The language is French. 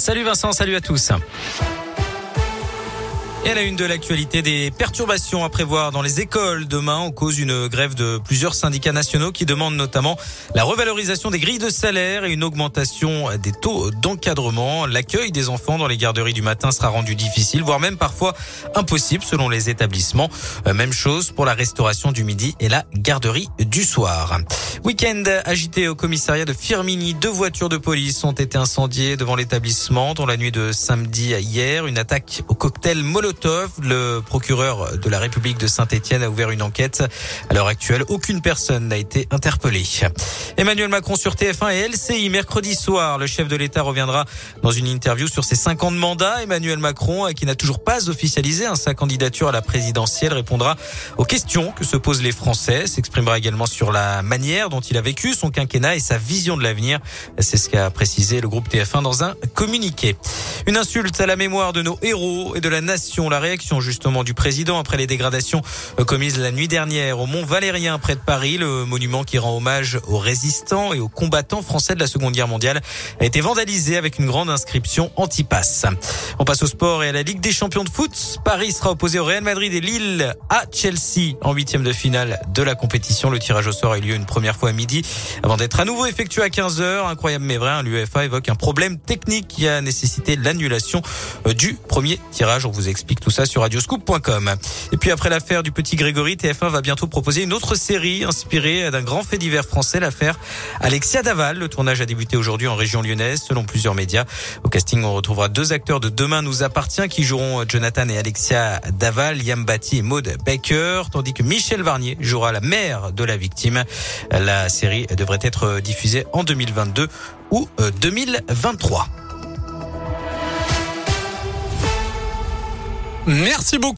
Salut Vincent, salut à tous. Et à la une de l'actualité, des perturbations à prévoir dans les écoles demain en cause d'une grève de plusieurs syndicats nationaux qui demandent notamment la revalorisation des grilles de salaire et une augmentation des taux d'encadrement. L'accueil des enfants dans les garderies du matin sera rendu difficile, voire même parfois impossible selon les établissements. Même chose pour la restauration du midi et la garderie du soir. Week-end agité au commissariat de Firminy. 2 voitures de police ont été incendiées devant l'établissement dans la nuit de samedi à hier. Une attaque au cocktail Molotov. Le procureur de la République de Saint-Étienne a ouvert une enquête. À l'heure actuelle, aucune personne n'a été interpellée. Emmanuel Macron sur TF1 et LCI mercredi soir. Le chef de l'État reviendra dans une interview sur ses 5 ans de mandat. Emmanuel Macron, qui n'a toujours pas officialisé sa candidature à la présidentielle, répondra aux questions que se posent les Français. S'exprimera également sur la manière dont il a vécu son quinquennat et sa vision de l'avenir. C'est ce qu'a précisé le groupe TF1 dans un communiqué. Une insulte à la mémoire de nos héros et de la nation. La réaction justement du président après les dégradations commises la nuit dernière au Mont Valérien près de Paris. Le monument qui rend hommage aux résistants et aux combattants français de la Seconde Guerre mondiale a été vandalisé avec une grande inscription anti-pass. On passe au sport et à la Ligue des champions de foot. Paris sera opposé au Real Madrid et Lille à Chelsea en 8e de finale de la compétition. Le tirage au sort a eu lieu une première fois à midi avant d'être à nouveau effectué à 15h. Incroyable mais vrai, l'UEFA évoque un problème technique qui a nécessité l'annulation du premier tirage. On vous explique tout ça sur radioscoop.com. Et puis après l'affaire du petit Grégory, TF1 va bientôt proposer une autre série inspirée d'un grand fait divers français, l'affaire Alexia Daval. Le tournage a débuté aujourd'hui en région lyonnaise selon plusieurs médias. Au casting, on retrouvera 2 acteurs de Demain nous appartient qui joueront Jonathan et Alexia Daval, Liam Batty et Maud Baker, tandis que Michel Varnier jouera la mère de la victime. La série devrait être diffusée en 2022 ou 2023. Merci beaucoup.